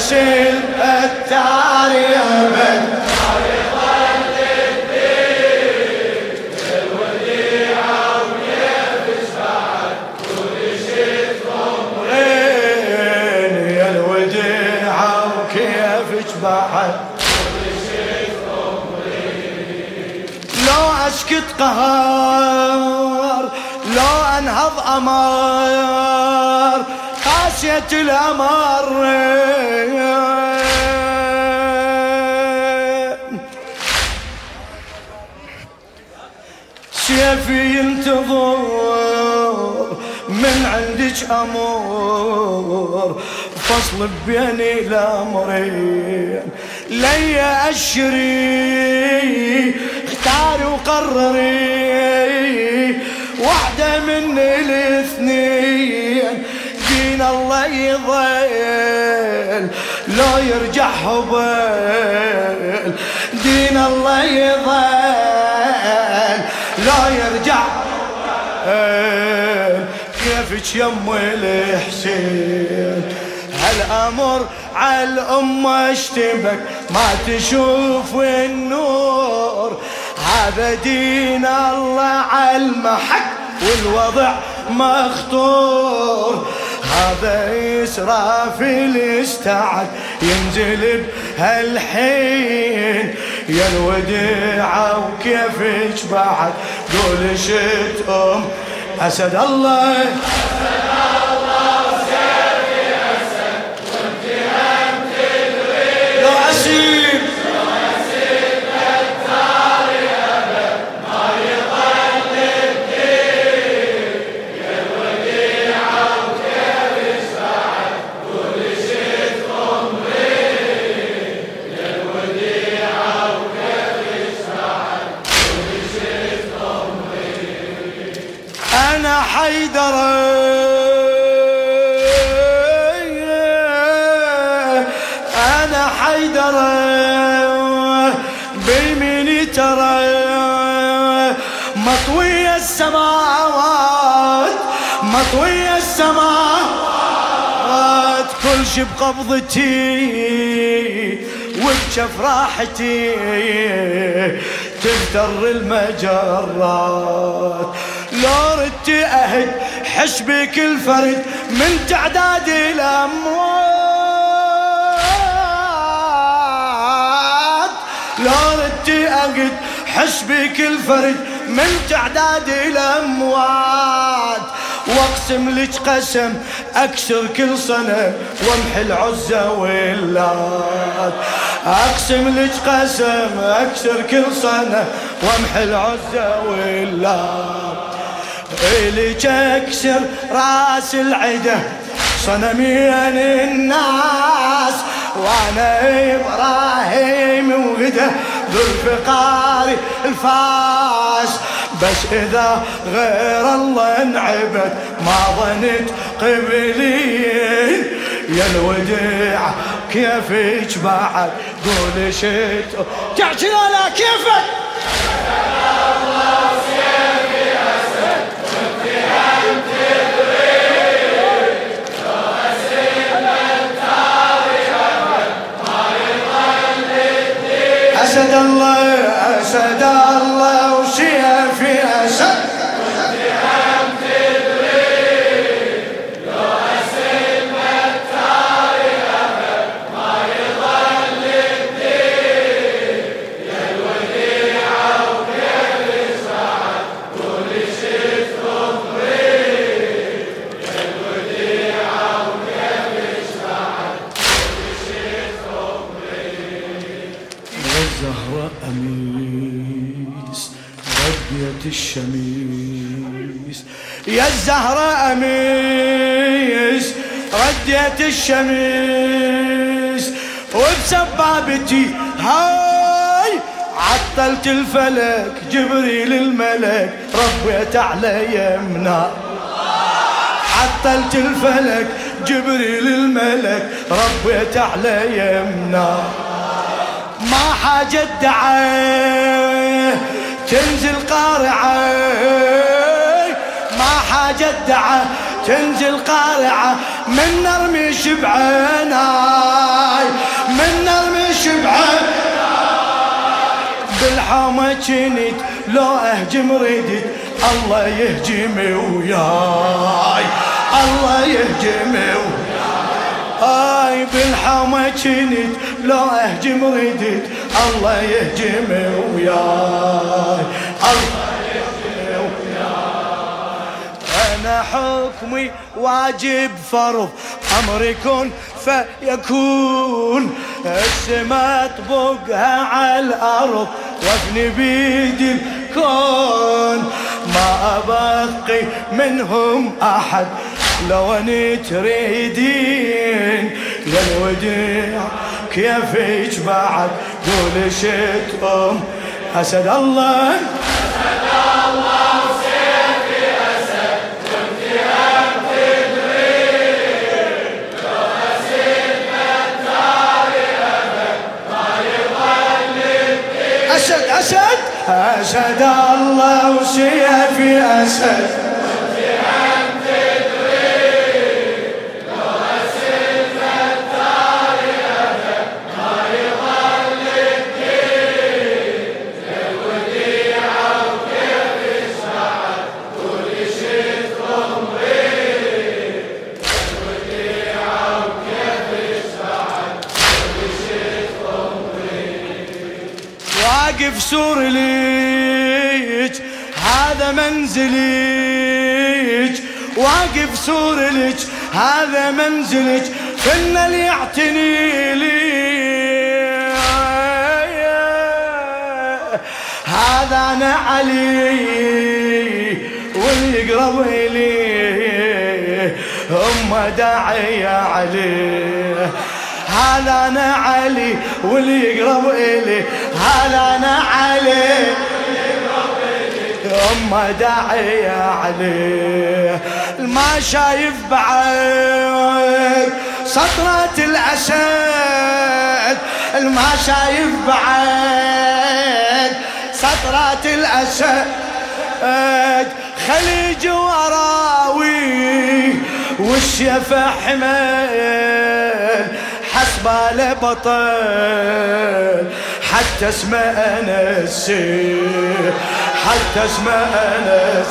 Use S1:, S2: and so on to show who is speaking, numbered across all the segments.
S1: اسم التار يا من بعد لو اسكت قهر لو انهض امار قاسية الامر سيفي ينتظر من عندك امور فصل بيني الامرين لي اشري اختاري وقرري واحدة من الاثنين دين الله يضل لو يرجع هبل دين الله يضل لو يرجع كيفك يم الحسين هالأمر عالأمة اشتبك ما تشوف النور هذا دين الله عالمحك والوضع مخطور هذا إسرافيل استعد ينزل بهالحين يا الوديعة وكيفك بعد قول شت أسد الله أنا حيدر أنا حيدر بيميني ترى مطوي السماوات مطوي السماوات كل شي بقبضتي وبشف راحتي تفتر المجرات لو ردت أهد حسبك الفرد من تعداد الأموات لو ردت أهد حسبك الفرد من تعداد الأموات واقسم لك قسم اكسر كل صنم وامحي العزة واللات اقسم لك قسم اكسر كل صنم وامحي العزة واللات إليك اكسر راس العده صنمين الناس وانا ابراهيم وغده ذو الفقار الفاس بس اذا غير الله انعبد ما ظنت قبلي يا الوديع كيفك بعد قول شت تعجل على كيفك أسد الله أسد الله وسيفي أسد واتهام تدري لو أسد متار أبد ما يضل الدين يا الوديعة وكيف سعد كل شي تخبري يا الوديعة وكيف سعد كل شي تخبري الزهراء أميس ردية الشميس يا الزهراء أميس ردية الشميس وبسبابتي هاي عطلت الفلك جبريل الملك ربيت على يمنا عطلت الفلك جبريل الملك ربيت على يمنا ما حاجة دعاء تنزل قارعة ما حاجة دعاء تنزل قارعة من نرمش بعيناي من نرمش بعيناي بالحومة جنت لو اهجم ردت الله يهجم وياي الله يهجم وياي بالحومة جنت لو اهجم ردت الله يهجم وياي الله يهجم وياي انا حكمي واجب فرض امر يكون فيكون السما طبقها على الارض وابني بيد الكون ما ابقي منهم احد لو ان تريدين يا الوديع كيفك بعد قول شت اسد الله اسد الله وسيفي اسد كنت هم تدري لو اسد بالتالي ابد ما يظل اسد اسد اسد الله وسيفي اسد واقف سور ليج هذا منزلك واقف سور ليج هذا منزلك فينا اللي يعتني لي هذا انا علي واللي يقرب الي هم داعي عليه هذا انا علي واللي يقرب الي هذا انا علي هم داعي عليه ما شايف بعد سطرة الاسد ما شايف بعد سطرة الاسد خليج وراوي والسيف حمل حسبه بطل حتى اسمه انس حتى اسمه انس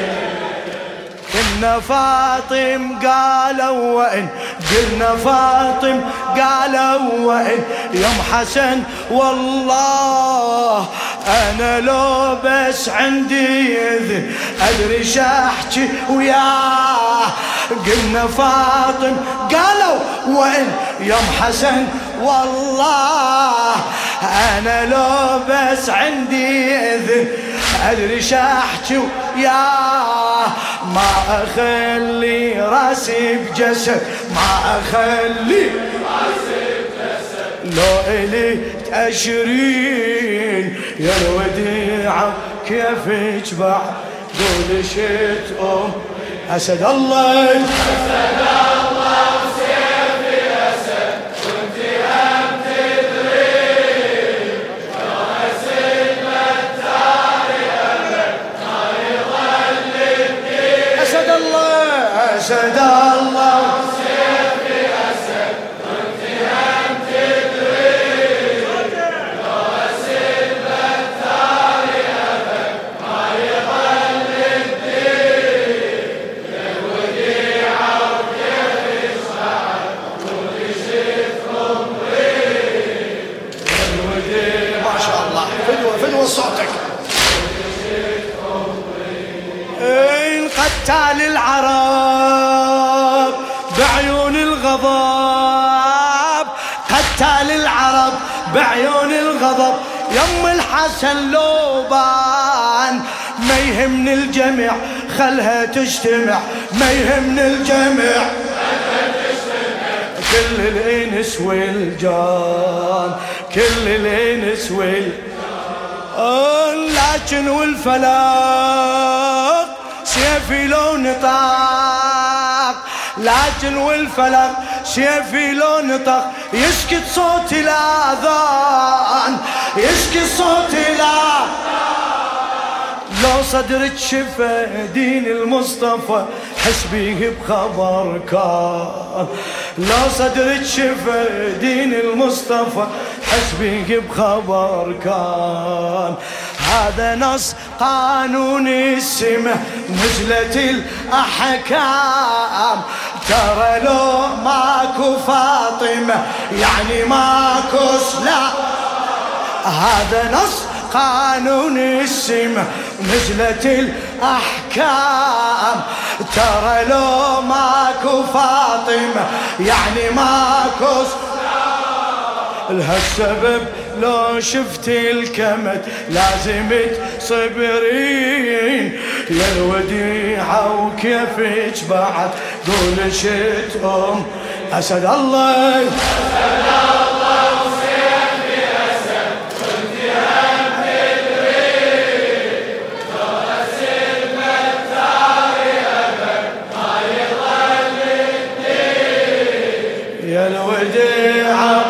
S1: قلنا فاطم قالوا وإن قلنا فاطم قالوا وإن يوم حسن والله أنا لو بس عندي إذن أدري شاحكي وياه قلنا فاطم قالوا وإن يوم حسن والله أنا لو بس عندي إذن أدري شاحكي وياه ما أخلي راسي بجسد ما أخلي راسي بجسد لو إلي تأشرين يا الوديعة كيفك بعد دول شت أسد الله أسد الله وسيفي أسد كنت هم تدري لو أسد بالتالي أبد ما يظل الدين أسد الله أسد الله وسيفي أسد كنت هم تدري لو أسد بالتالي أبد ما يظل الدين الوديعة وكيف يصعد كل شيء عمري الوديعة ما شاء الله فدوة صوتك قتال العرب بعيون الغضب قتال العرب بعيون الغضب يم الحسن لوبان ما يهمني الجميع خلها تجتمع ما يهمني الجميع كل الانس والجان كل الانس والجان لكن والفلاق سيفي لو نطاق لكن والفلق سيفي لو نطق يسكت صوت الاذان يسكت صوت الاذان لو صدرك شفى دين المصطفى حس بيه بخبر كان. لو صدرك شفى دين المصطفى حس بيه بخبر كان. هذا نص قانون السماء نزلت الأحكام. ترى لو ماكو فاطمة يعني ماكو سلام. هذا نص قانون السماء نزلت الأحكام. ترى لو ماكو فاطمة يعني ماكو لهالسبب لو شفت الكمد لازم تصبرين يا الوديعة وكيفك بعد قول شت أسد الله. يا الوديعة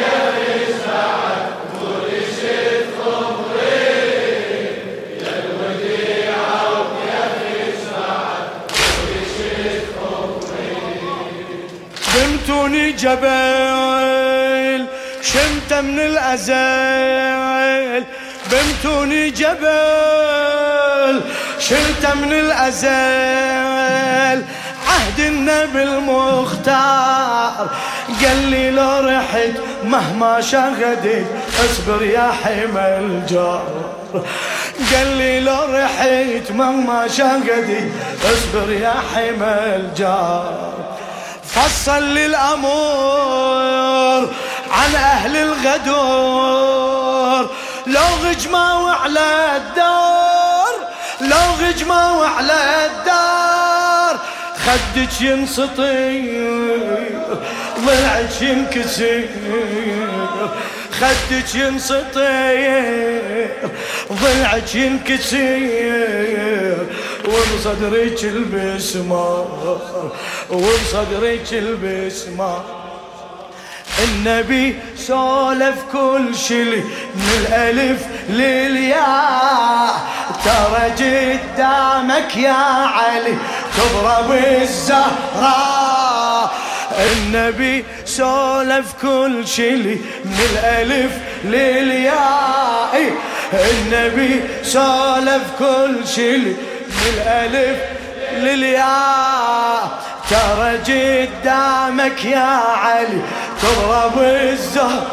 S1: بمتوني جبل شمته من الأزل. بمتوني جبل شلته من الأزل. عهد النبي المختار قال لي لو رحت مهما شغدت اصبر يا حمى الجار. قال لي لو رحت مهما شغدت اصبر يا حمى الجار. فصل لي الأمور عن أهل الغدور. لو غجموا على الدار لو غجموا على الدار خدك ينسطير ضلعك ينكسر. خدك ينسطير ضلعك ينكسر وبصدرك البسمار وبصدرك البسمار. النبي سولف كل شي من الألف للياء. ترى قدامك يا علي تضرب الزهراء. النبي سولف كل شي من الألف للياء. النبي سولف كل شي من الألف للياء. ترى قدامك يا علي تضرب الزهر.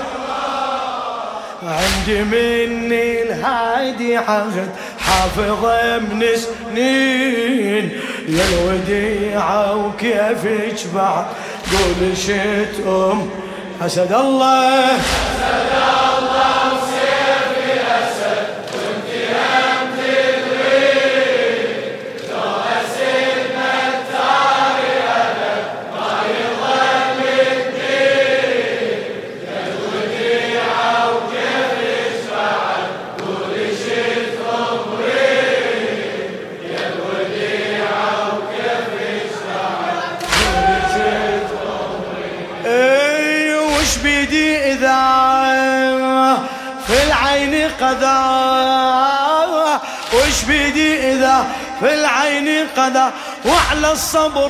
S1: عندي مني الهادي عهد حافظه من سنين يا الوديعة وكيفك بعد قول شت أسد الله. أسد الله وسيفي أسد وانت هم تدري لو أسد متار أبد ما يظل الدين يا الوديعة وكيفك بعد قول شت يا الوديعة وكيفك بعد قول شت وش بيدي إذا في العين قذا. وش بيدي إذا في العين قذا وعلى الصبر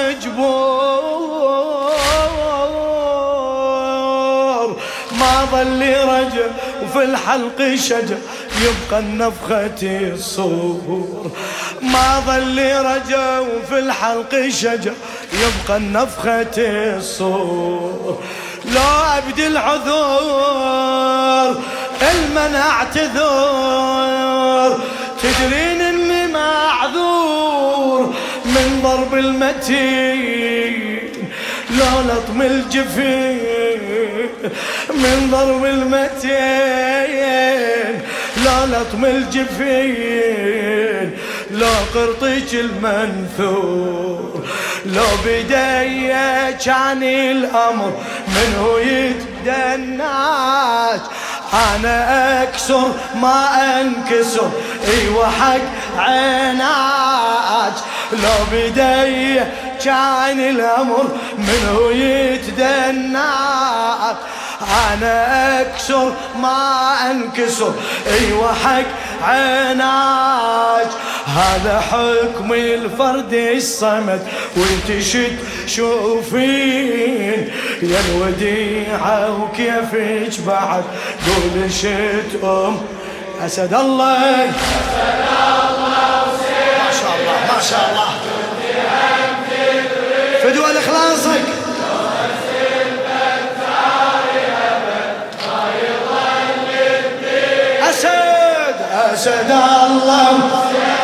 S1: مجبور. ما ظل رجع وفي الحلق شجر يبقى النفخة الصور. ما ظل رجع وفي الحلق شجر يبقى النفخة الصور. لو أبدي العذور المنع اعتذر تدرين اني معذور من ضرب المتين لو لطم الجفين من ضرب المتين لو لطم الجفين لو قرطيك المنثور لو بدي كان الأمر منه يتدناش أنا أكسر ما أنكسر أيوة حق عناج لو بدي كان الأمر منه يتدناش أنا أكسر ما أنكسر أيوة حق عناج. هذا حكم الفرد الصمد وانت شوفين يا الوديعة وكيفك بعد قول شت أسد الله. ما شاء الله ما شاء الله فدوى لإخلاصك. أسد الله